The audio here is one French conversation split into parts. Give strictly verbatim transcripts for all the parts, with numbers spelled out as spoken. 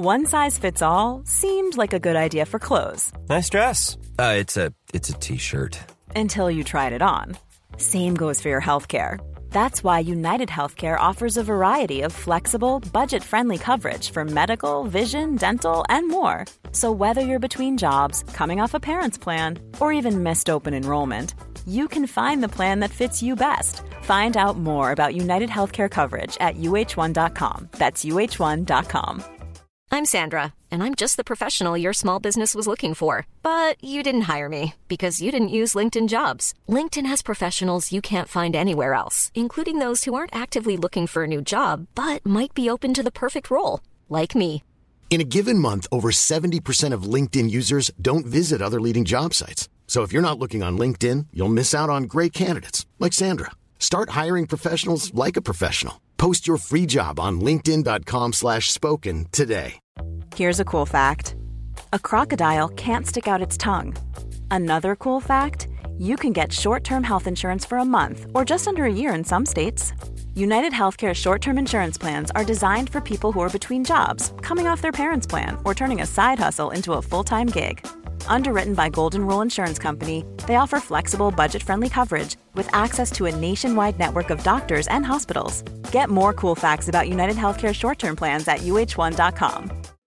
One size fits all seemed like a good idea for clothes. Nice dress. Uh, it's a it's a t-shirt. Until you tried it on. Same goes for your healthcare. That's why United Healthcare offers a variety of flexible, budget-friendly coverage for medical, vision, dental, and more. So whether you're between jobs, coming off a parent's plan, or even missed open enrollment, you can find the plan that fits you best. Find out more about United Healthcare coverage at U H one dot com. That's U H one dot com. I'm Sandra, and I'm just the professional your small business was looking for. But you didn't hire me because you didn't use LinkedIn Jobs. LinkedIn has professionals you can't find anywhere else, including those who aren't actively looking for a new job, but might be open to the perfect role, like me. In a given month, over seventy percent of LinkedIn users don't visit other leading job sites. So if you're not looking on LinkedIn, you'll miss out on great candidates like Sandra. Start hiring professionals like a professional. Post your free job on linkedin dot com slash spoken today. Here's a cool fact. A crocodile can't stick out its tongue. Another cool fact, you can get short-term health insurance for a month or just under a year in some states. United Healthcare short-term insurance plans are designed for people who are between jobs, coming off their parents' plan, or turning a side hustle into a full-time gig. Underwritten by Golden Rule Insurance Company, they offer flexible, budget-friendly coverage with access to a nationwide network of doctors and hospitals. Get more cool facts about United Healthcare short-term plans at U H one dot com.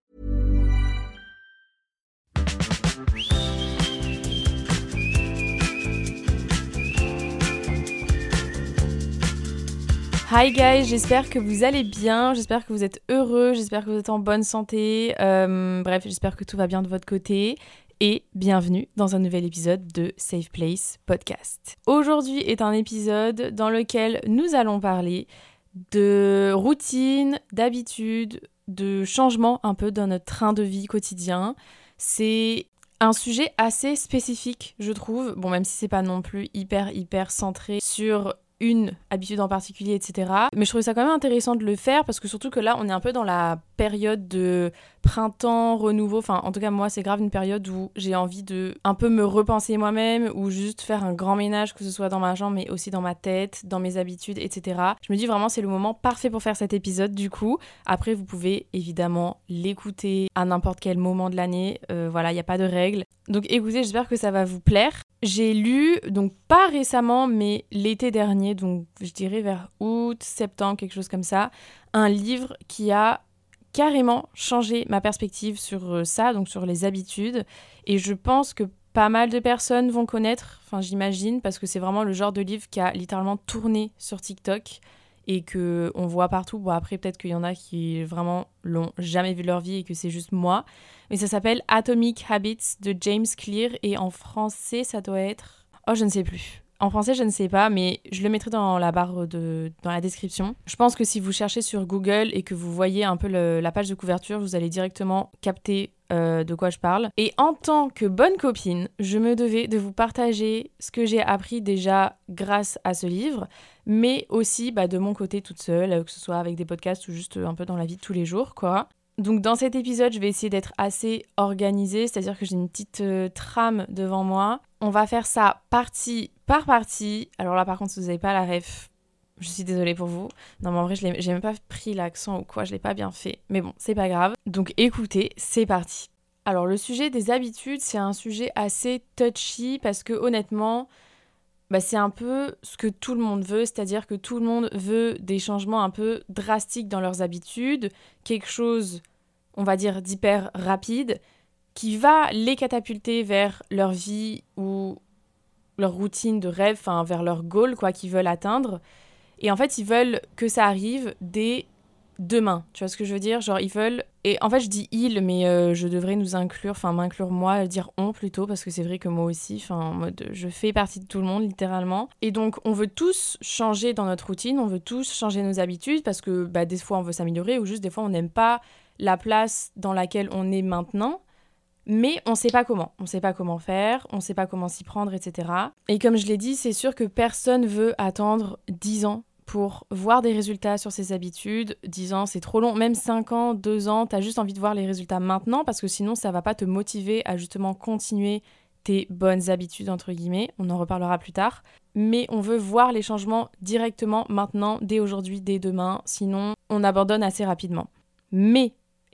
Hi guys, j'espère que vous allez bien, j'espère que vous êtes heureux, j'espère que vous êtes en bonne santé, euh, bref, j'espère que tout va bien de votre côté et bienvenue dans un nouvel épisode de Safe Place Podcast. Aujourd'hui est un épisode dans lequel nous allons parler de routine, d'habitude, de changement un peu dans notre train de vie quotidien. C'est un sujet assez spécifique, je trouve, bon même si c'est pas non plus hyper hyper centré sur une habitude en particulier, et cetera. Mais je trouvais ça quand même intéressant de le faire parce que surtout que là, on est un peu dans la période de printemps, renouveau. Enfin, en tout cas, moi, c'est grave une période où j'ai envie de un peu me repenser moi-même ou juste faire un grand ménage, que ce soit dans ma chambre, mais aussi dans ma tête, dans mes habitudes, et cetera. Je me dis vraiment, c'est le moment parfait pour faire cet épisode, du coup. Après, vous pouvez évidemment l'écouter à n'importe quel moment de l'année. Euh, voilà, il n'y a pas de règle. Donc écoutez, j'espère que ça va vous plaire. J'ai lu, donc pas récemment, mais l'été dernier, donc je dirais vers août, septembre, quelque chose comme ça, un livre qui a carrément changé ma perspective sur ça, donc sur les habitudes. Et je pense que pas mal de personnes vont connaître, enfin j'imagine, parce que c'est vraiment le genre de livre qui a littéralement tourné sur TikTok et qu'on voit partout. Bon, après, peut-être qu'il y en a qui vraiment l'ont jamais vu de leur vie et que c'est juste moi. Mais ça s'appelle Atomic Habits de James Clear et en français, ça doit être... Oh, je ne sais plus. En français, je ne sais pas, mais je le mettrai dans la barre de... dans la description. Je pense que si vous cherchez sur Google et que vous voyez un peu le... la page de couverture, vous allez directement capter euh, de quoi je parle. Et en tant que bonne copine, je me devais de vous partager ce que j'ai appris déjà grâce à ce livre, mais aussi bah, de mon côté toute seule, que ce soit avec des podcasts ou juste un peu dans la vie de tous les jours, quoi. Donc dans cet épisode, je vais essayer d'être assez organisée, c'est-à-dire que j'ai une petite euh, trame devant moi. On va faire ça partie par partie. Alors là, par contre, si vous n'avez pas la ref, je suis désolée pour vous. Non, mais en vrai, je l'ai, j'ai même pas pris l'accent ou quoi, je l'ai pas bien fait. Mais bon, c'est pas grave. Donc écoutez, c'est parti. Alors le sujet des habitudes, c'est un sujet assez touchy parce que honnêtement... Bah, c'est un peu ce que tout le monde veut, c'est-à-dire que tout le monde veut des changements un peu drastiques dans leurs habitudes, quelque chose, on va dire, d'hyper rapide, qui va les catapulter vers leur vie ou leur routine de rêve, enfin vers leur goal, quoi, qu'ils veulent atteindre. Et en fait, ils veulent que ça arrive dès demain, tu vois ce que je veux dire ? Genre, ils veulent... Et en fait, je dis « ils », mais euh, je devrais nous inclure, enfin m'inclure moi, dire « on » plutôt, parce que c'est vrai que moi aussi, enfin, en mode, je fais partie de tout le monde, littéralement. Et donc, on veut tous changer dans notre routine, on veut tous changer nos habitudes, parce que bah, des fois, on veut s'améliorer, ou juste des fois, on n'aime pas la place dans laquelle on est maintenant, mais on sait pas comment. On sait pas comment faire, on sait pas comment s'y prendre, et cetera. Et comme je l'ai dit, c'est sûr que personne veut attendre dix ans pour voir des résultats sur ses habitudes. dix ans, c'est trop long. Même cinq ans, deux ans, t'as juste envie de voir les résultats maintenant parce que sinon, ça va pas te motiver à justement continuer tes bonnes habitudes, entre guillemets. On en reparlera plus tard. Mais on veut voir les changements directement, maintenant, dès aujourd'hui, dès demain. Sinon, on abandonne assez rapidement. Mais,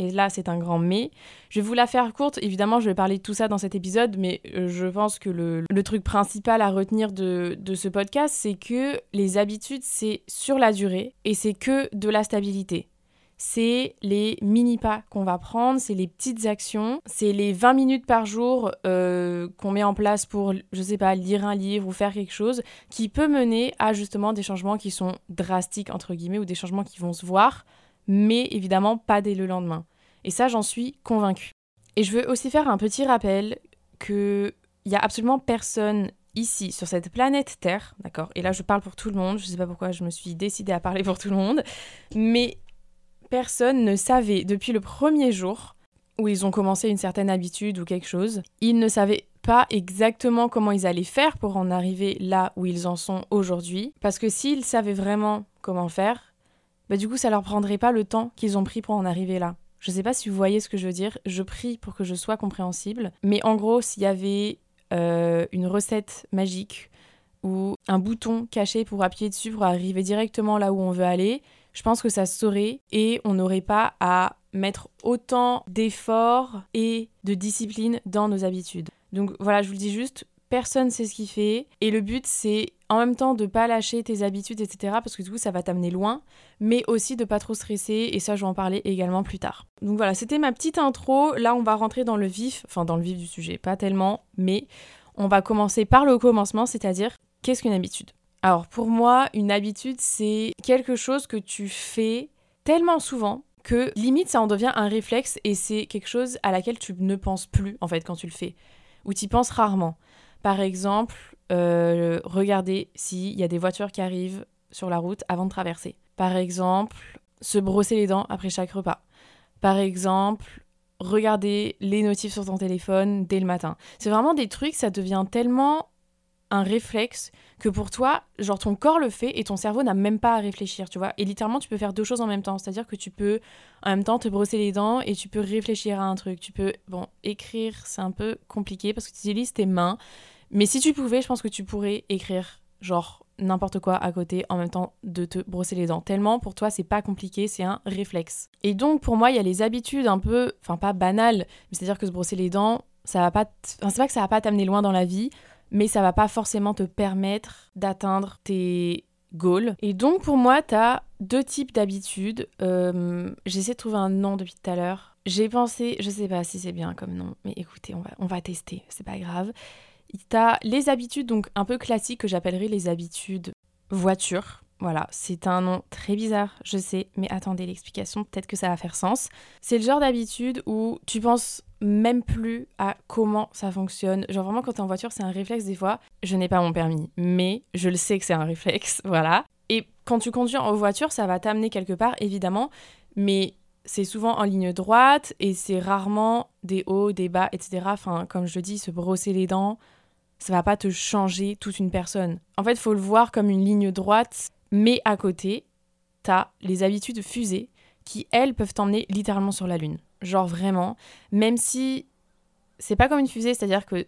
et là c'est un grand mais. Je vais vous la faire courte, évidemment je vais parler de tout ça dans cet épisode, mais je pense que le, le truc principal à retenir de, de ce podcast, c'est que les habitudes, c'est sur la durée et c'est que de la stabilité. C'est les mini-pas qu'on va prendre, c'est les petites actions, c'est les vingt minutes par jour euh, qu'on met en place pour, je sais pas, lire un livre ou faire quelque chose qui peut mener à justement des changements qui sont drastiques, entre guillemets, ou des changements qui vont se voir, mais évidemment pas dès le lendemain. Et ça, j'en suis convaincue. Et je veux aussi faire un petit rappel qu'il n'y a absolument personne ici, sur cette planète Terre, d'accord ? Et là, je parle pour tout le monde, je sais pas pourquoi je me suis décidée à parler pour tout le monde, mais personne ne savait depuis le premier jour où ils ont commencé une certaine habitude ou quelque chose, ils ne savaient pas exactement comment ils allaient faire pour en arriver là où ils en sont aujourd'hui, parce que s'ils savaient vraiment comment faire, bah du coup ça leur prendrait pas le temps qu'ils ont pris pour en arriver là. Je sais pas si vous voyez ce que je veux dire, je prie pour que je sois compréhensible, mais en gros s'il y avait euh, une recette magique ou un bouton caché pour appuyer dessus pour arriver directement là où on veut aller, je pense que ça se saurait et on n'aurait pas à mettre autant d'efforts et de discipline dans nos habitudes. Donc voilà, je vous le dis juste, personne ne sait ce qu'il fait et le but c'est en même temps de pas lâcher tes habitudes, et cetera parce que du coup ça va t'amener loin, mais aussi de pas trop stresser et ça je vais en parler également plus tard. Donc voilà, c'était ma petite intro, là on va rentrer dans le vif, enfin dans le vif du sujet, pas tellement, mais on va commencer par le commencement, c'est-à-dire qu'est-ce qu'une habitude ? Alors pour moi, une habitude, c'est quelque chose que tu fais tellement souvent que limite ça en devient un réflexe et c'est quelque chose à laquelle tu ne penses plus en fait quand tu le fais, ou tu y penses rarement. Par exemple, euh, regarder s'il y a des voitures qui arrivent sur la route avant de traverser. Par exemple, se brosser les dents après chaque repas. Par exemple, regarder les notifs sur ton téléphone dès le matin. C'est vraiment des trucs, ça devient tellement un réflexe que pour toi, genre ton corps le fait et ton cerveau n'a même pas à réfléchir, tu vois. Et littéralement, tu peux faire deux choses en même temps. C'est-à-dire que tu peux en même temps te brosser les dents et tu peux réfléchir à un truc. Tu peux, bon, écrire, c'est un peu compliqué parce que tu utilises tes mains. Mais si tu pouvais, je pense que tu pourrais écrire genre n'importe quoi à côté en même temps de te brosser les dents. Tellement pour toi, c'est pas compliqué, c'est un réflexe. Et donc pour moi, il y a les habitudes un peu, enfin pas banales, mais c'est-à-dire que se brosser les dents, ça va pas, t... enfin, c'est pas que ça va pas t'amener loin dans la vie, mais ça va pas forcément te permettre d'atteindre tes goals. Et donc pour moi, t'as deux types d'habitudes. Euh, j'essaie de trouver un nom depuis tout à l'heure. J'ai pensé, je sais pas si c'est bien comme nom, mais écoutez, on va, on va tester, c'est pas grave. T'as les habitudes donc un peu classiques que j'appellerais les habitudes voiture. Voilà, c'est un nom très bizarre, je sais, mais attendez l'explication, peut-être que ça va faire sens. C'est le genre d'habitude où tu penses même plus à comment ça fonctionne. Genre vraiment quand t'es en voiture, c'est un réflexe des fois. Je n'ai pas mon permis, mais je le sais que c'est un réflexe, voilà. Et quand tu conduis en voiture, ça va t'amener quelque part, évidemment, mais c'est souvent en ligne droite et c'est rarement des hauts, des bas, et cetera. Enfin, comme je le dis, se brosser les dents, ça va pas te changer toute une personne. En fait, il faut le voir comme une ligne droite, mais à côté, t'as les habitudes fusées qui, elles, peuvent t'emmener littéralement sur la lune. Genre vraiment, même si c'est pas comme une fusée, c'est-à-dire que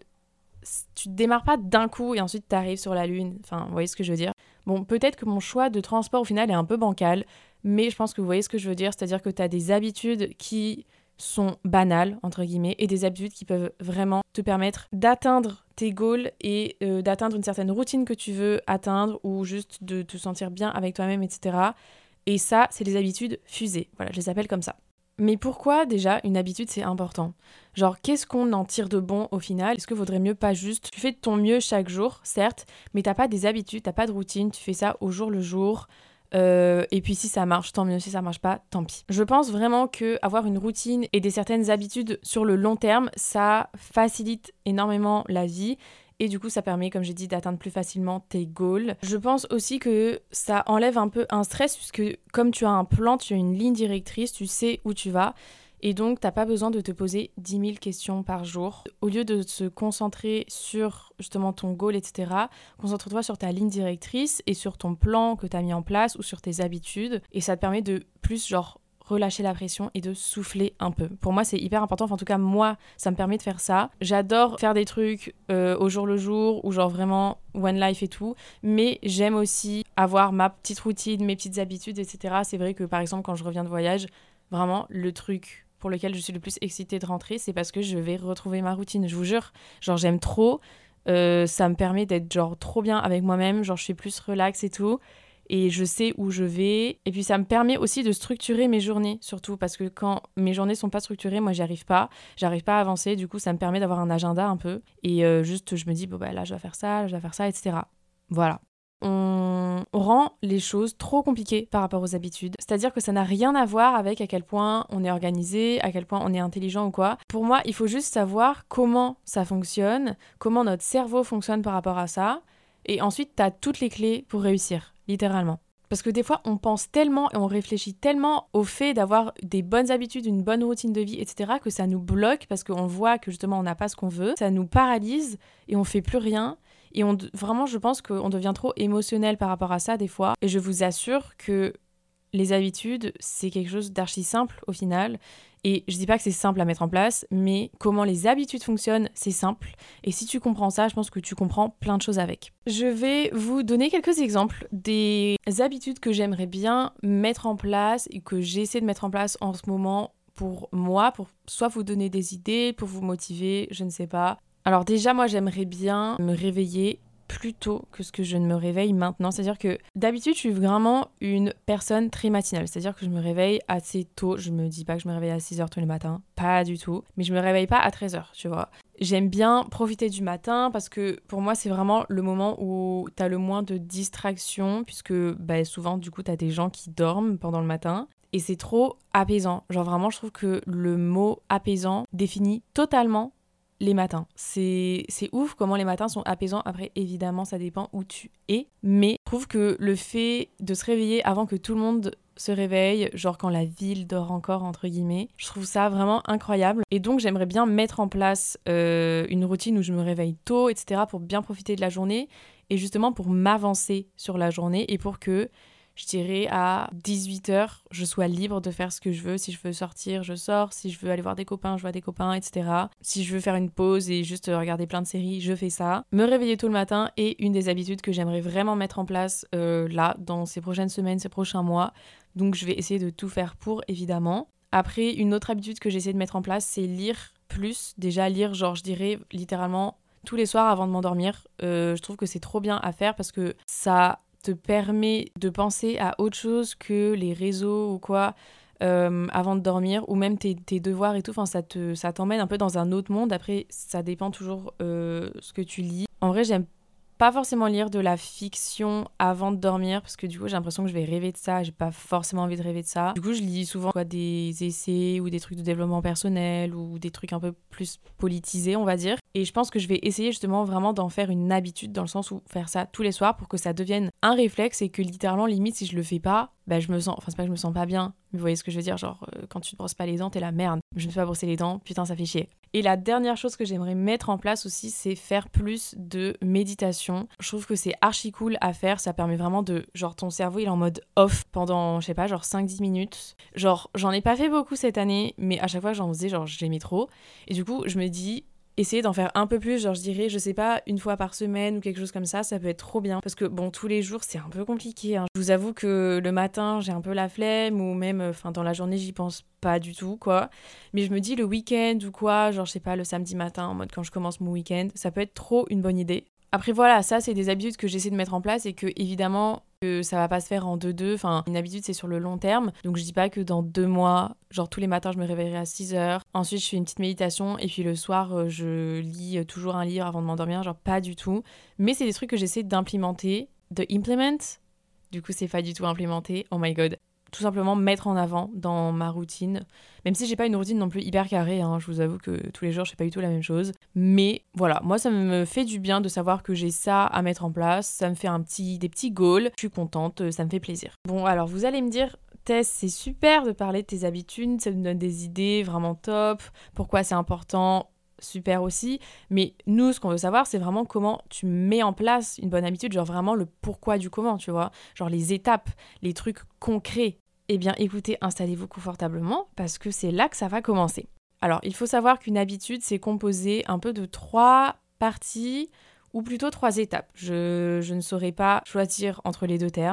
tu te démarres pas d'un coup et ensuite t'arrives sur la lune. Enfin, vous voyez ce que je veux dire ? Bon, peut-être que mon choix de transport au final est un peu bancal, mais je pense que vous voyez ce que je veux dire, c'est-à-dire que t'as des habitudes qui sont banales, entre guillemets, et des habitudes qui peuvent vraiment te permettre d'atteindre tes goals et euh, d'atteindre une certaine routine que tu veux atteindre ou juste de te sentir bien avec toi-même, et cetera. Et ça, c'est les habitudes fusées. Voilà, je les appelle comme ça. Mais pourquoi, déjà, une habitude, c'est important ? Genre, qu'est-ce qu'on en tire de bon au final ? Est-ce que vaudrait mieux pas juste... Tu fais de ton mieux chaque jour, certes, mais t'as pas des habitudes, t'as pas de routine, tu fais ça au jour le jour... Euh, et puis si ça marche, tant mieux. Si ça marche pas, tant pis. Je pense vraiment qu'avoir une routine et des certaines habitudes sur le long terme, ça facilite énormément la vie. Et du coup, ça permet, comme j'ai dit, d'atteindre plus facilement tes goals. Je pense aussi que ça enlève un peu un stress, puisque comme tu as un plan, tu as une ligne directrice, tu sais où tu vas. Et donc, t'as pas besoin de te poser dix mille questions par jour. Au lieu de se concentrer sur justement ton goal, et cetera, concentre-toi sur ta ligne directrice et sur ton plan que t'as mis en place ou sur tes habitudes. Et ça te permet de plus, genre, relâcher la pression et de souffler un peu. Pour moi, c'est hyper important. Enfin, en tout cas, moi, ça me permet de faire ça. J'adore faire des trucs euh, au jour le jour ou genre vraiment one life et tout. Mais j'aime aussi avoir ma petite routine, mes petites habitudes, et cetera. C'est vrai que, par exemple, quand je reviens de voyage, vraiment, le truc... pour lequel je suis le plus excitée de rentrer, c'est parce que je vais retrouver ma routine, je vous jure. Genre, j'aime trop. Euh, ça me permet d'être genre trop bien avec moi-même. Genre, je suis plus relax et tout. Et je sais où je vais. Et puis, ça me permet aussi de structurer mes journées, surtout. Parce que quand mes journées sont pas structurées, moi, j'y arrive pas. J'arrive pas à avancer. Du coup, ça me permet d'avoir un agenda un peu. Et euh, juste, je me dis, bon, bah là, je vais faire ça, là, je vais faire ça, et cetera. Voilà. On rend les choses trop compliquées par rapport aux habitudes. C'est-à-dire que ça n'a rien à voir avec à quel point on est organisé, à quel point on est intelligent ou quoi. Pour moi, il faut juste savoir comment ça fonctionne, comment notre cerveau fonctionne par rapport à ça. Et ensuite, t'as toutes les clés pour réussir, littéralement. Parce que des fois, on pense tellement et on réfléchit tellement au fait d'avoir des bonnes habitudes, une bonne routine de vie, et cetera, que ça nous bloque parce qu'on voit que justement, on n'a pas ce qu'on veut. Ça nous paralyse et on fait plus rien. Et on, vraiment, je pense qu'on devient trop émotionnel par rapport à ça des fois. Et je vous assure que les habitudes, c'est quelque chose d'archi simple au final. Et je dis pas que c'est simple à mettre en place, mais comment les habitudes fonctionnent, c'est simple. Et si tu comprends ça, je pense que tu comprends plein de choses avec. Je vais vous donner quelques exemples des habitudes que j'aimerais bien mettre en place et que j'essaie de mettre en place en ce moment pour moi, pour soit vous donner des idées, pour vous motiver, je ne sais pas. Alors déjà, moi, j'aimerais bien me réveiller plus tôt que ce que je ne me réveille maintenant. C'est-à-dire que d'habitude, je suis vraiment une personne très matinale. C'est-à-dire que je me réveille assez tôt. Je me dis pas que je me réveille à six heures tous les matins. Pas du tout. Mais je me réveille pas à treize heures, tu vois. J'aime bien profiter du matin parce que pour moi, c'est vraiment le moment où t'as le moins de distractions puisque bah, souvent, du coup, t'as des gens qui dorment pendant le matin. Et c'est trop apaisant. Genre vraiment, je trouve que le mot apaisant définit totalement les matins. C'est, c'est ouf comment les matins sont apaisants. Après, évidemment, ça dépend où tu es. Mais je trouve que le fait de se réveiller avant que tout le monde se réveille, genre quand la ville dort encore, entre guillemets, je trouve ça vraiment incroyable. Et donc, j'aimerais bien mettre en place euh, une routine où je me réveille tôt, et cetera, pour bien profiter de la journée et justement pour m'avancer sur la journée et pour que je dirais à dix-huit heures, je sois libre de faire ce que je veux. Si je veux sortir, je sors. Si je veux aller voir des copains, je vois des copains, et cetera. Si je veux faire une pause et juste regarder plein de séries, je fais ça. Me réveiller tôt le matin est une des habitudes que j'aimerais vraiment mettre en place euh, là, dans ces prochaines semaines, ces prochains mois. Donc je vais essayer de tout faire pour, évidemment. Après, une autre habitude que j'essaie de mettre en place, c'est lire plus. Déjà lire, genre je dirais littéralement tous les soirs avant de m'endormir. Euh, je trouve que c'est trop bien à faire parce que ça te permet de penser à autre chose que les réseaux ou quoi euh, avant de dormir, ou même tes, tes devoirs et tout. Enfin, ça, te, ça t'emmène un peu dans un autre monde. Après, ça dépend toujours euh, ce que tu lis. En vrai, j'aime pas forcément lire de la fiction avant de dormir parce que du coup j'ai l'impression que je vais rêver de ça, j'ai pas forcément envie de rêver de ça. Du coup je lis souvent quoi, des essais ou des trucs de développement personnel ou des trucs un peu plus politisés on va dire. Et je pense que je vais essayer justement vraiment d'en faire une habitude dans le sens où faire ça tous les soirs pour que ça devienne un réflexe et que littéralement limite si je le fais pas, bah je me sens, enfin c'est pas que je me sens pas bien, mais vous voyez ce que je veux dire, genre euh, quand tu te brosses pas les dents t'es la merde, je me suis pas brossé les dents, putain ça fait chier. Et la dernière chose que j'aimerais mettre en place aussi, c'est faire plus de méditation. Je trouve que c'est archi cool à faire, ça permet vraiment de, genre ton cerveau il est en mode off pendant, je sais pas, genre cinq dix minutes. Genre j'en ai pas fait beaucoup cette année, mais à chaque fois j'en faisais, genre j'aimais trop. Et du coup je me dis, essayer d'en faire un peu plus, genre je dirais, je sais pas, une fois par semaine ou quelque chose comme ça, ça peut être trop bien. Parce que bon, tous les jours, c'est un peu compliqué. Hein. Je vous avoue que le matin, j'ai un peu la flemme ou même, enfin, dans la journée, j'y pense pas du tout, quoi. Mais je me dis le week-end ou quoi, genre je sais pas, le samedi matin, en mode quand je commence mon week-end, ça peut être trop une bonne idée. Après voilà, ça c'est des habitudes que j'essaie de mettre en place et que évidemment que ça va pas se faire en deux deux, enfin une habitude c'est sur le long terme, donc je dis pas que dans deux mois, genre tous les matins je me réveillerai à six heures, ensuite je fais une petite méditation et puis le soir je lis toujours un livre avant de m'endormir, genre pas du tout, mais c'est des trucs que j'essaie d'implémenter, de implement, du coup c'est pas du tout implémenté, oh my god. Tout simplement mettre en avant dans ma routine, même si j'ai pas une routine non plus hyper carrée, hein, je vous avoue que tous les jours je fais pas du tout la même chose, mais voilà, moi ça me fait du bien de savoir que j'ai ça à mettre en place, ça me fait un petit, des petits goals, je suis contente, ça me fait plaisir. Bon alors vous allez me dire, Tess c'est super de parler de tes habitudes, ça me donne des idées vraiment top, pourquoi c'est important, super aussi, mais nous ce qu'on veut savoir c'est vraiment comment tu mets en place une bonne habitude, genre vraiment le pourquoi du comment, tu vois, genre les étapes, les trucs concrets. Eh bien écoutez, installez-vous confortablement parce que c'est là que ça va commencer. Alors il faut savoir qu'une habitude c'est composé un peu de trois parties ou plutôt trois étapes. Je, je ne saurais pas choisir entre les deux termes,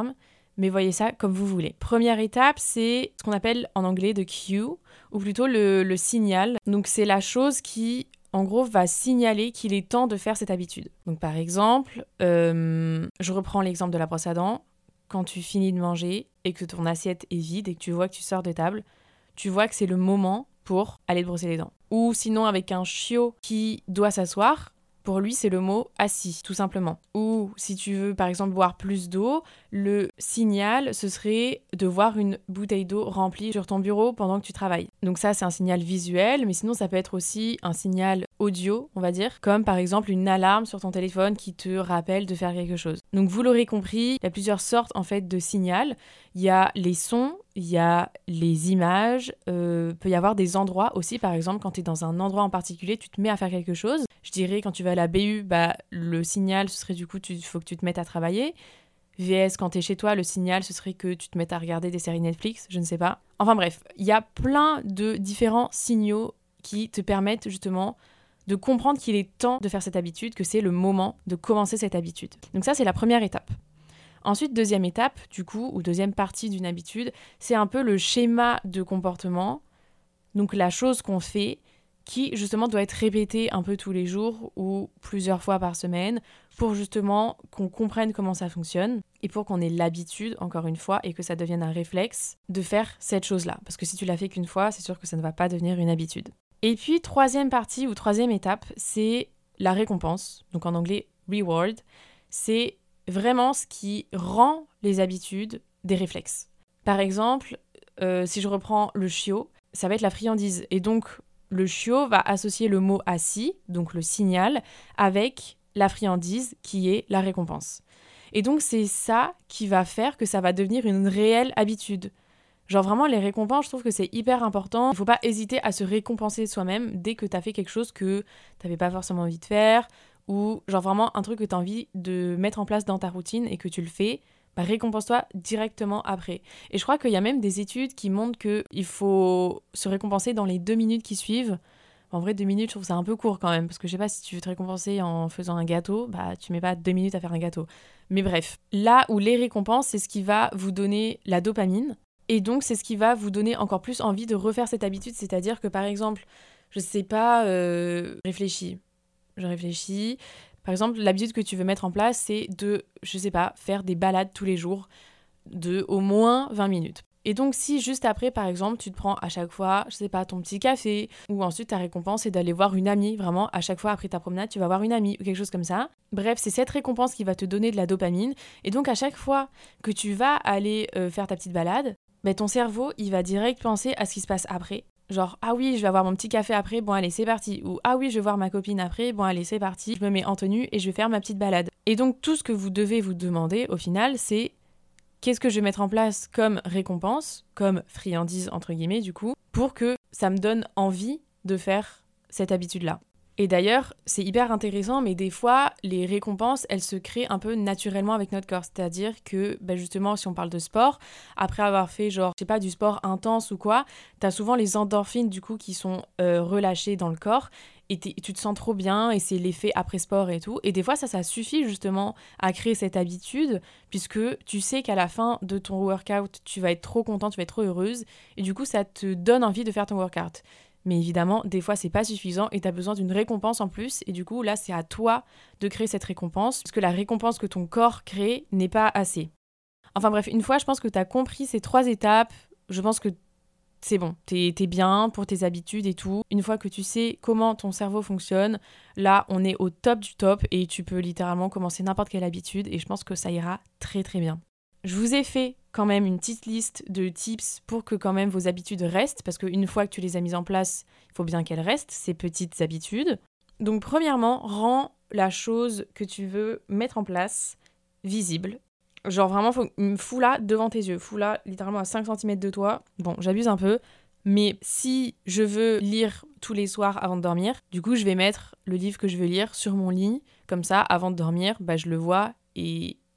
mais voyez ça comme vous voulez. Première étape, c'est ce qu'on appelle en anglais the cue, ou plutôt le, le signal. Donc c'est la chose qui, en gros, va signaler qu'il est temps de faire cette habitude. Donc par exemple, euh, je reprends l'exemple de la brosse à dents. Quand tu finis de manger et que ton assiette est vide et que tu vois que tu sors de table, tu vois que c'est le moment pour aller te brosser les dents. Ou sinon avec un chiot qui doit s'asseoir, pour lui, c'est le mot « assis », tout simplement. Ou si tu veux, par exemple, boire plus d'eau, le signal, ce serait de voir une bouteille d'eau remplie sur ton bureau pendant que tu travailles. Donc ça, c'est un signal visuel, mais sinon, ça peut être aussi un signal audio, on va dire, comme par exemple une alarme sur ton téléphone qui te rappelle de faire quelque chose. Donc vous l'aurez compris, il y a plusieurs sortes, en fait, de signal. Il y a les sons, il y a les images, euh, peut y avoir des endroits aussi, par exemple, quand tu es dans un endroit en particulier, tu te mets à faire quelque chose. Je dirais, quand tu vas à la B U, bah, le signal, ce serait du coup, il faut que tu te mettes à travailler. V S, quand tu es chez toi, le signal, ce serait que tu te mettes à regarder des séries Netflix, je ne sais pas. Enfin bref, il y a plein de différents signaux qui te permettent justement de comprendre qu'il est temps de faire cette habitude, que c'est le moment de commencer cette habitude. Donc ça, c'est la première étape. Ensuite, deuxième étape, du coup, ou deuxième partie d'une habitude, c'est un peu le schéma de comportement, donc la chose qu'on fait, qui justement doit être répétée un peu tous les jours ou plusieurs fois par semaine pour justement qu'on comprenne comment ça fonctionne et pour qu'on ait l'habitude, encore une fois, et que ça devienne un réflexe de faire cette chose-là. Parce que si tu l'as fait qu'une fois, c'est sûr que ça ne va pas devenir une habitude. Et puis, troisième partie ou troisième étape, c'est la récompense. Donc en anglais, reward. C'est vraiment ce qui rend les habitudes des réflexes. Par exemple, euh, si je reprends le chiot, ça va être la friandise. Et donc, le chiot va associer le mot assis, donc le signal, avec la friandise qui est la récompense. Et donc, c'est ça qui va faire que ça va devenir une réelle habitude. Genre vraiment, les récompenses, je trouve que c'est hyper important. Il ne faut pas hésiter à se récompenser soi-même dès que tu as fait quelque chose que tu n'avais pas forcément envie de faire ou genre vraiment un truc que tu as envie de mettre en place dans ta routine et que tu le fais, bah récompense-toi directement après. Et je crois qu'il y a même des études qui montrent qu'il faut se récompenser dans les deux minutes qui suivent. En vrai, deux minutes, je trouve ça un peu court quand même, parce que je sais pas, si tu veux te récompenser en faisant un gâteau, bah tu mets pas deux minutes à faire un gâteau. Mais bref, là où les récompenses, c'est ce qui va vous donner la dopamine, et donc c'est ce qui va vous donner encore plus envie de refaire cette habitude, c'est-à-dire que par exemple, je sais pas, euh, réfléchis, je réfléchis... Par exemple, l'habitude que tu veux mettre en place, c'est de, je sais pas, faire des balades tous les jours de au moins vingt minutes. Et donc, si juste après, par exemple, tu te prends à chaque fois, je sais pas, ton petit café, ou ensuite ta récompense est d'aller voir une amie, vraiment, à chaque fois après ta promenade, tu vas voir une amie, ou quelque chose comme ça. Bref, c'est cette récompense qui va te donner de la dopamine. Et donc, à chaque fois que tu vas aller euh, faire ta petite balade, bah, ton cerveau, il va direct penser à ce qui se passe après. Genre, ah oui, je vais avoir mon petit café après, bon allez, c'est parti. Ou ah oui, je vais voir ma copine après, bon allez, c'est parti. Je me mets en tenue et je vais faire ma petite balade. Et donc, tout ce que vous devez vous demander, au final, c'est qu'est-ce que je vais mettre en place comme récompense, comme friandise, entre guillemets, du coup, pour que ça me donne envie de faire cette habitude-là. Et d'ailleurs, c'est hyper intéressant, mais des fois, les récompenses, elles se créent un peu naturellement avec notre corps. C'est-à-dire que, ben justement, si on parle de sport, après avoir fait, genre, je sais pas, du sport intense ou quoi, t'as souvent les endorphines, du coup, qui sont euh, relâchées dans le corps, et tu te sens trop bien, et c'est l'effet après-sport et tout. Et des fois, ça, ça suffit justement à créer cette habitude, puisque tu sais qu'à la fin de ton workout, tu vas être trop contente, tu vas être trop heureuse, et du coup, ça te donne envie de faire ton workout. Mais évidemment, des fois, c'est pas suffisant et t'as besoin d'une récompense en plus. Et du coup, là, c'est à toi de créer cette récompense parce que la récompense que ton corps crée n'est pas assez. Enfin bref, une fois, je pense que t'as compris ces trois étapes. Je pense que c'est bon, t'es, t'es bien pour tes habitudes et tout. Une fois que tu sais comment ton cerveau fonctionne, là, on est au top du top et tu peux littéralement commencer n'importe quelle habitude. Et je pense que ça ira très très bien. Je vous ai fait quand même une petite liste de tips pour que quand même vos habitudes restent, parce qu'une fois que tu les as mises en place, il faut bien qu'elles restent, ces petites habitudes. Donc premièrement, rends la chose que tu veux mettre en place visible. Genre vraiment, faut, fous-la devant tes yeux, fous-la littéralement à cinq centimètres de toi. Bon, j'abuse un peu, mais si je veux lire tous les soirs avant de dormir, du coup je vais mettre le livre que je veux lire sur mon lit, comme ça, avant de dormir, bah, je le vois et...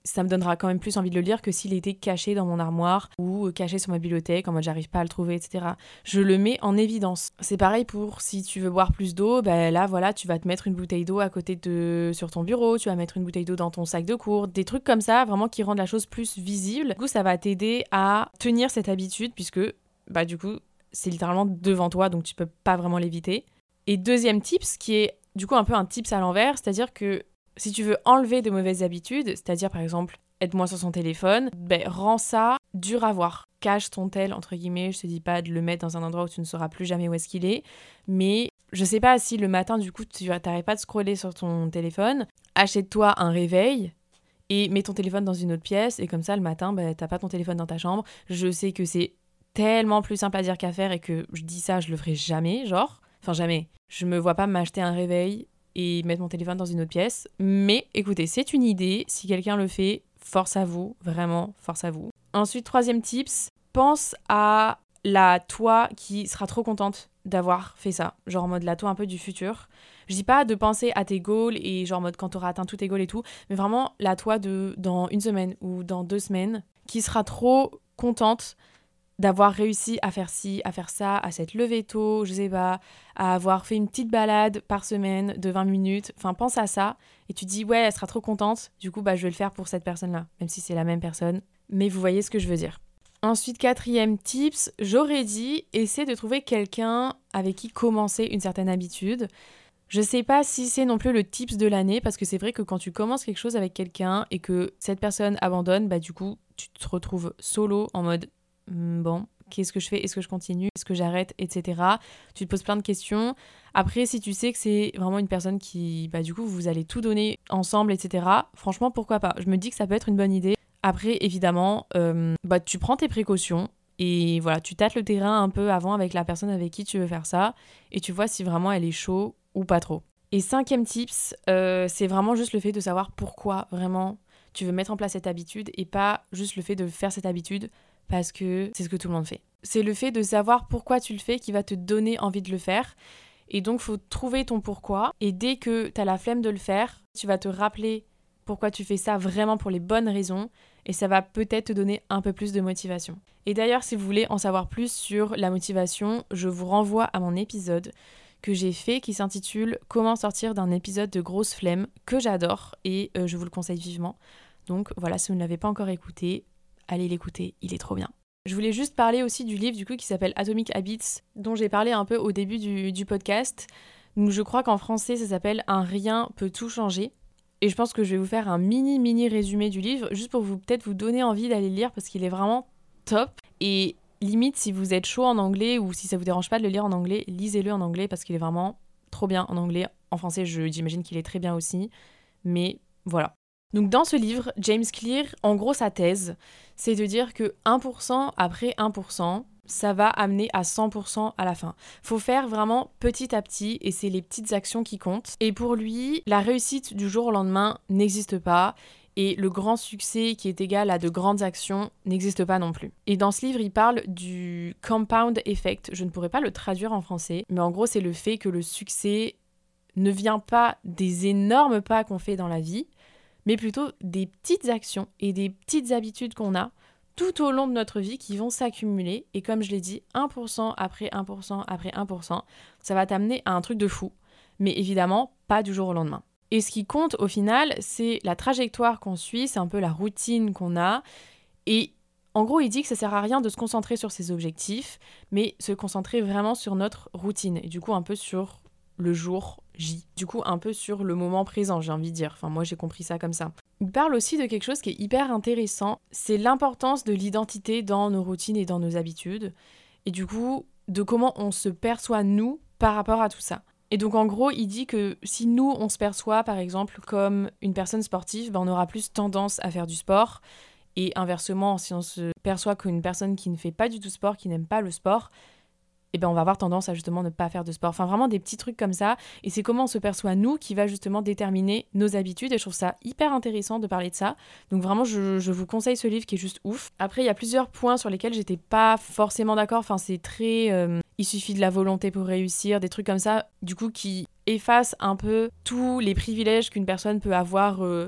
ça me donnera quand même plus envie de le lire que s'il était caché dans mon armoire ou caché sur ma bibliothèque, en mode j'arrive pas à le trouver, et cetera. Je le mets en évidence. C'est pareil pour si tu veux boire plus d'eau, ben là, voilà, tu vas te mettre une bouteille d'eau à côté de... sur ton bureau, tu vas mettre une bouteille d'eau dans ton sac de cours, des trucs comme ça, vraiment qui rendent la chose plus visible. Du coup, ça va t'aider à tenir cette habitude puisque, bah du coup, c'est littéralement devant toi, donc tu peux pas vraiment l'éviter. Et deuxième tips, qui est du coup un peu un tips à l'envers, c'est-à-dire que si tu veux enlever de mauvaises habitudes, c'est-à-dire par exemple être moins sur son téléphone, ben rends ça dur à voir. Cache ton tel, entre guillemets, je te dis pas de le mettre dans un endroit où tu ne sauras plus jamais où est-ce qu'il est, mais je sais pas si le matin du coup tu n'arrêtes pas de scroller sur ton téléphone, achète-toi un réveil et mets ton téléphone dans une autre pièce et comme ça le matin ben, t'as pas ton téléphone dans ta chambre. Je sais que c'est tellement plus simple à dire qu'à faire et que je dis ça, je le ferai jamais, genre, enfin jamais. Je me vois pas m'acheter un réveil et mettre mon téléphone dans une autre pièce. Mais écoutez, c'est une idée. Si quelqu'un le fait, force à vous. Vraiment, force à vous. Ensuite, troisième tips, pense à la toi qui sera trop contente d'avoir fait ça. Genre en mode la toi un peu du futur. Je dis pas de penser à tes goals et genre en mode quand t'auras atteint tous tes goals et tout, mais vraiment la toi de dans une semaine ou dans deux semaines qui sera trop contente d'avoir réussi à faire ci, à faire ça, à s'être levé tôt, je sais pas, à avoir fait une petite balade par semaine de vingt minutes. Enfin, pense à ça et tu dis, ouais, elle sera trop contente. Du coup, bah, je vais le faire pour cette personne-là, même si c'est la même personne. Mais vous voyez ce que je veux dire. Ensuite, quatrième tips, j'aurais dit, essaie de trouver quelqu'un avec qui commencer une certaine habitude. Je sais pas si c'est non plus le tips de l'année, parce que c'est vrai que quand tu commences quelque chose avec quelqu'un et que cette personne abandonne, bah du coup, tu te retrouves solo en mode bon, qu'est-ce que je fais ? Est-ce que je continue ? Est-ce que j'arrête ? Etc. Tu te poses plein de questions. Après, si tu sais que c'est vraiment une personne qui, bah du coup, vous allez tout donner ensemble, et cetera. Franchement, pourquoi pas ? Je me dis que ça peut être une bonne idée. Après, évidemment, euh, bah tu prends tes précautions et voilà, tu tâtes le terrain un peu avant avec la personne avec qui tu veux faire ça et tu vois si vraiment elle est chaud ou pas trop. Et cinquième tips, euh, c'est vraiment juste le fait de savoir pourquoi vraiment tu veux mettre en place cette habitude et pas juste le fait de faire cette habitude parce que c'est ce que tout le monde fait. C'est le fait de savoir pourquoi tu le fais qui va te donner envie de le faire. Et donc, il faut trouver ton pourquoi. Et dès que tu as la flemme de le faire, tu vas te rappeler pourquoi tu fais ça vraiment pour les bonnes raisons. Et ça va peut-être te donner un peu plus de motivation. Et d'ailleurs, si vous voulez en savoir plus sur la motivation, je vous renvoie à mon épisode que j'ai fait qui s'intitule « Comment sortir d'un épisode de grosse flemme » que j'adore et euh, je vous le conseille vivement. Donc voilà, si vous ne l'avez pas encore écouté, allez l'écouter, il est trop bien. Je voulais juste parler aussi du livre du coup qui s'appelle Atomic Habits, dont j'ai parlé un peu au début du, du podcast. Donc je crois qu'en français ça s'appelle « Un rien peut tout changer ». Et je pense que je vais vous faire un mini mini résumé du livre, juste pour vous peut-être vous donner envie d'aller le lire parce qu'il est vraiment top. Et limite, si vous êtes chaud en anglais ou si ça vous dérange pas de le lire en anglais, lisez-le en anglais parce qu'il est vraiment trop bien en anglais. En français, je, j'imagine qu'il est très bien aussi. Mais voilà. Donc dans ce livre, James Clear, en gros sa thèse, c'est de dire que un pour cent après un pour cent, ça va amener à cent pour cent à la fin. Faut faire vraiment petit à petit et c'est les petites actions qui comptent. Et pour lui, la réussite du jour au lendemain n'existe pas et le grand succès qui est égal à de grandes actions n'existe pas non plus. Et dans ce livre, il parle du compound effect. Je ne pourrais pas le traduire en français, mais en gros, c'est le fait que le succès ne vient pas des énormes pas qu'on fait dans la vie, mais plutôt des petites actions et des petites habitudes qu'on a tout au long de notre vie qui vont s'accumuler. Et comme je l'ai dit, un pour cent après un pour cent après un pour cent, ça va t'amener à un truc de fou. Mais évidemment, pas du jour au lendemain. Et ce qui compte au final, c'est la trajectoire qu'on suit, c'est un peu la routine qu'on a. Et en gros, il dit que ça sert à rien de se concentrer sur ses objectifs, mais se concentrer vraiment sur notre routine. Et du coup, un peu sur le jour J. Du coup, un peu sur le moment présent, j'ai envie de dire. Enfin, moi, j'ai compris ça comme ça. Il parle aussi de quelque chose qui est hyper intéressant, c'est l'importance de l'identité dans nos routines et dans nos habitudes. Et du coup, de comment on se perçoit, nous, par rapport à tout ça. Et donc, en gros, il dit que si nous, on se perçoit, par exemple, comme une personne sportive, ben, on aura plus tendance à faire du sport. Et inversement, si on se perçoit comme une personne qui ne fait pas du tout sport, qui n'aime pas le sport, eh ben on va avoir tendance à justement ne pas faire de sport. Enfin, vraiment des petits trucs comme ça. Et c'est comment on se perçoit, nous, qui va justement déterminer nos habitudes. Et je trouve ça hyper intéressant de parler de ça. Donc vraiment, je, je vous conseille ce livre qui est juste ouf. Après, il y a plusieurs points sur lesquels j'étais pas forcément d'accord. Enfin, c'est très... Euh, il suffit de la volonté pour réussir, des trucs comme ça, du coup, qui effacent un peu tous les privilèges qu'une personne peut avoir... Euh,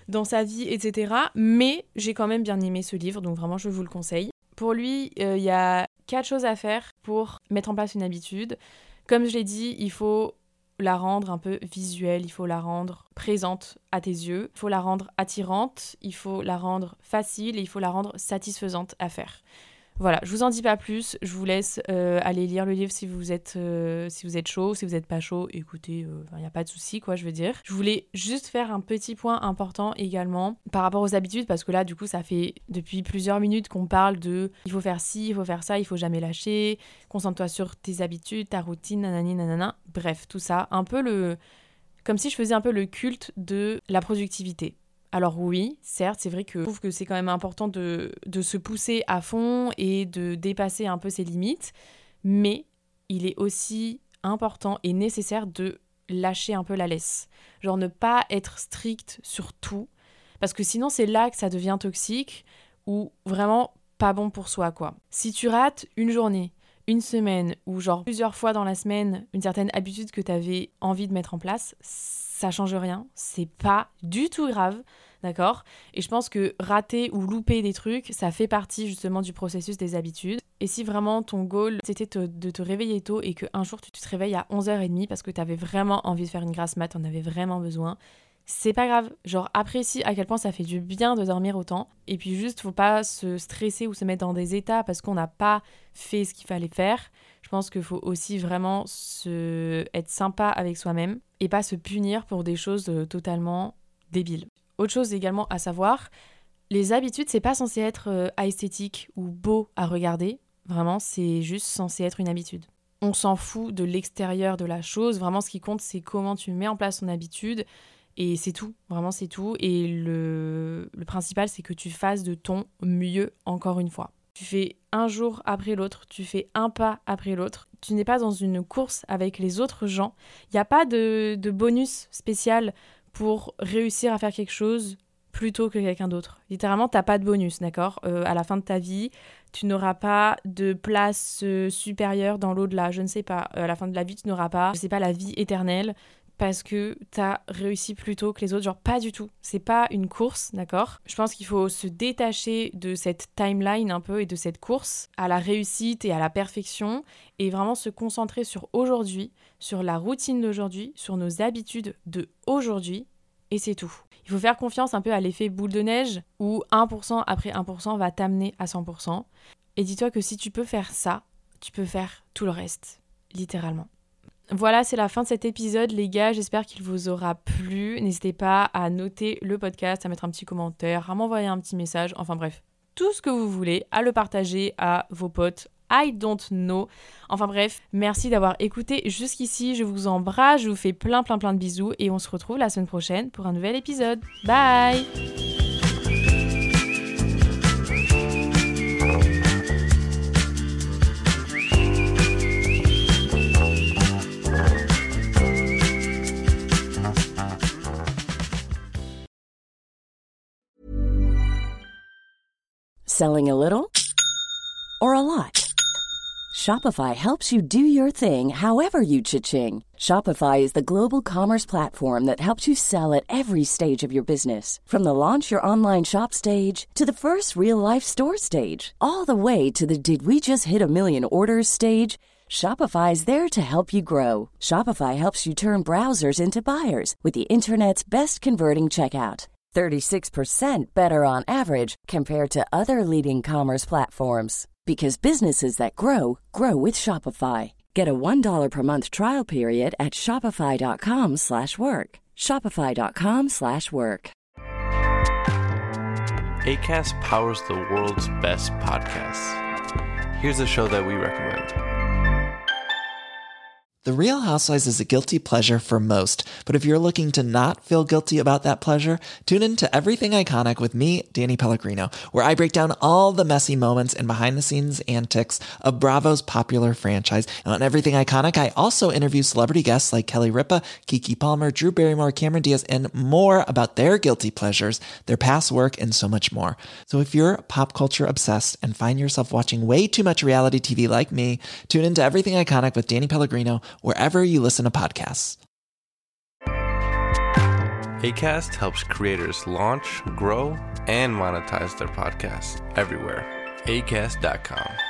dans sa vie, et cetera. Mais j'ai quand même bien aimé ce livre, donc vraiment, je vous le conseille. Pour lui, il euh, y a quatre choses à faire pour mettre en place une habitude. Comme je l'ai dit, il faut la rendre un peu visuelle, il faut la rendre présente à tes yeux, il faut la rendre attirante, il faut la rendre facile et il faut la rendre satisfaisante à faire. Voilà, je vous en dis pas plus, je vous laisse euh, aller lire le livre si vous êtes, euh, si vous êtes chaud, si vous n'êtes pas chaud, écoutez, il euh, n'y a pas de souci, quoi, je veux dire. Je voulais juste faire un petit point important également par rapport aux habitudes, parce que là, du coup, ça fait depuis plusieurs minutes qu'on parle de il faut faire ci, il faut faire ça, il faut jamais lâcher, concentre-toi sur tes habitudes, ta routine, nanani, nanana, bref, tout ça, un peu le... comme si je faisais un peu le culte de la productivité. Alors oui, certes, c'est vrai que je trouve que c'est quand même important de, de se pousser à fond et de dépasser un peu ses limites, mais il est aussi important et nécessaire de lâcher un peu la laisse. Genre ne pas être strict sur tout, parce que sinon c'est là que ça devient toxique ou vraiment pas bon pour soi, quoi. Si tu rates une journée, une semaine ou genre plusieurs fois dans la semaine une certaine habitude que tu avais envie de mettre en place, ça change rien, c'est pas du tout grave, d'accord ? Et je pense que rater ou louper des trucs, ça fait partie justement du processus des habitudes. Et si vraiment ton goal, c'était te, de te réveiller tôt et qu'un jour tu te réveilles à onze heures trente parce que tu avais vraiment envie de faire une grasse mat, t'en avais vraiment besoin, c'est pas grave. Genre apprécie à quel point ça fait du bien de dormir autant. Et puis juste, faut pas se stresser ou se mettre dans des états parce qu'on n'a pas fait ce qu'il fallait faire. Je pense qu'il faut aussi vraiment se... être sympa avec soi-même et pas se punir pour des choses totalement débiles. Autre chose également à savoir, les habitudes, c'est pas censé être euh, esthétique ou beau à regarder. Vraiment, c'est juste censé être une habitude. On s'en fout de l'extérieur de la chose. Vraiment, ce qui compte, c'est comment tu mets en place ton habitude. Et c'est tout, vraiment c'est tout. Et le, le principal, c'est que tu fasses de ton mieux encore une fois. Tu fais un jour après l'autre, tu fais un pas après l'autre. Tu n'es pas dans une course avec les autres gens. Il n'y a pas de, de bonus spécial pour réussir à faire quelque chose plutôt que quelqu'un d'autre. Littéralement, tu n'as pas de bonus, d'accord ? euh, À la fin de ta vie, tu n'auras pas de place euh, supérieure dans l'au-delà. Je ne sais pas. Euh, à la fin de la vie, tu n'auras pas, je sais pas, la vie éternelle. Parce que t'as réussi plus tôt que les autres. Genre, pas du tout. C'est pas une course, d'accord ? Je pense qu'il faut se détacher de cette timeline un peu et de cette course à la réussite et à la perfection et vraiment se concentrer sur aujourd'hui, sur la routine d'aujourd'hui, sur nos habitudes de aujourd'hui et c'est tout. Il faut faire confiance un peu à l'effet boule de neige où un pour cent après un pour cent va t'amener à cent pour cent. Et dis-toi que si tu peux faire ça, tu peux faire tout le reste, littéralement. Voilà, c'est la fin de cet épisode, les gars. J'espère qu'il vous aura plu. N'hésitez pas à noter le podcast, à mettre un petit commentaire, à m'envoyer un petit message. Enfin bref, tout ce que vous voulez, à le partager à vos potes. I don't know. Enfin bref, merci d'avoir écouté jusqu'ici. Je vous embrasse, je vous fais plein plein plein de bisous. Et on se retrouve la semaine prochaine pour un nouvel épisode. Bye! Selling a little or a lot? Shopify helps you do your thing however you cha-ching. Shopify is the global commerce platform that helps you sell at every stage of your business. From the launch your online shop stage to the first real-life store stage, all the way to the did we just hit a million orders stage. Shopify is there to help you grow. Shopify helps you turn browsers into buyers with the internet's best converting checkout. thirty-six percent better on average compared to other leading commerce platforms. Because businesses that grow, grow with Shopify. Get a one dollar per month trial period at shopify.com slash work. Shopify.com slash work. Acast powers the world's best podcasts. Here's a show that we recommend. The Real Housewives is a guilty pleasure for most, but if you're looking to not feel guilty about that pleasure, tune in to Everything Iconic with me, Danny Pellegrino, where I break down all the messy moments and behind-the-scenes antics of Bravo's popular franchise. And on Everything Iconic, I also interview celebrity guests like Kelly Ripa, Keke Palmer, Drew Barrymore, Cameron Diaz, and more about their guilty pleasures, their past work, and so much more. So if you're pop culture obsessed and find yourself watching way too much reality T V like me, tune into Everything Iconic with Danny Pellegrino, wherever you listen to podcasts. Acast helps creators launch, grow, and monetize their podcasts everywhere. acast dot com.